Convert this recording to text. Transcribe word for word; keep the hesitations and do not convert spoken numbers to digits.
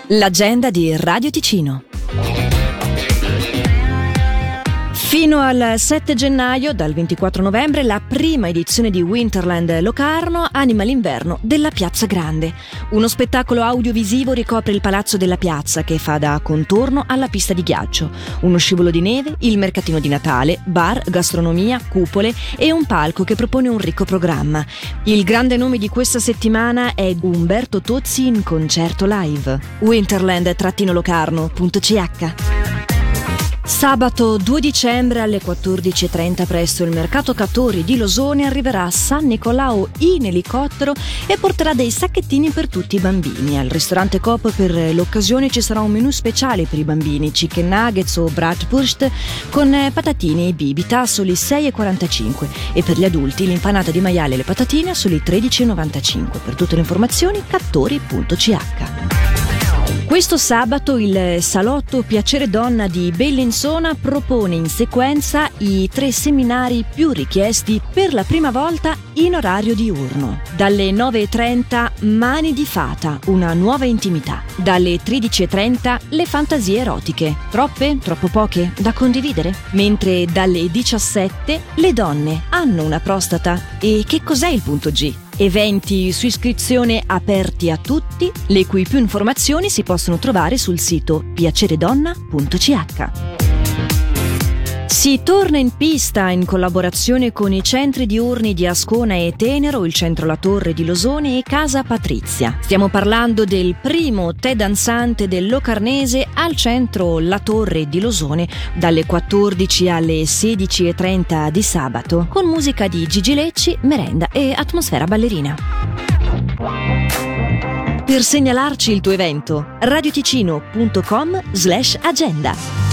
L'agenda di Radio Ticino. Fino al sette gennaio, dal ventiquattro novembre, la prima edizione di Winterland Locarno anima l'inverno della Piazza Grande. Uno spettacolo audiovisivo ricopre il palazzo della piazza che fa da contorno alla pista di ghiaccio. Uno scivolo di neve, il mercatino di Natale, bar, gastronomia, cupole e un palco che propone un ricco programma. Il grande nome di questa settimana è Umberto Tozzi in concerto live. winterland locarno punto c h. Sabato due dicembre alle quattordici e trenta presso il Mercato Cattori di Losone arriverà San Nicolao in elicottero e porterà dei sacchettini per tutti i bambini. Al ristorante Coop per l'occasione ci sarà un menù speciale per i bambini, chicken nuggets o bratwurst con patatine e bibita a soli sei e quarantacinque e per gli adulti l'infanata di maiale e le patatine a soli tredici e novantacinque. Per tutte le informazioni cattori punto c h. Questo sabato il Salotto Piacere Donna di Bellinzona propone in sequenza i tre seminari più richiesti per la prima volta in orario diurno. Dalle nove e trenta Mani di Fata, una nuova intimità. Dalle tredici e trenta le fantasie erotiche. Troppe? Troppo poche? Da condividere? Mentre dalle diciassette le donne hanno una prostata. E che cos'è il punto G? Eventi su iscrizione aperti a tutti, le cui più informazioni si possono trovare sul sito piaceredonna punto c h. Si torna in pista in collaborazione con i centri diurni di Ascona e Tenero, il Centro La Torre di Losone e Casa Patrizia. Stiamo parlando del primo tè danzante del Locarnese al Centro La Torre di Losone dalle quattordici alle sedici e trenta di sabato, con musica di Gigi Lecci, merenda e atmosfera ballerina. Per segnalarci il tuo evento, radioticino punto com slash agenda.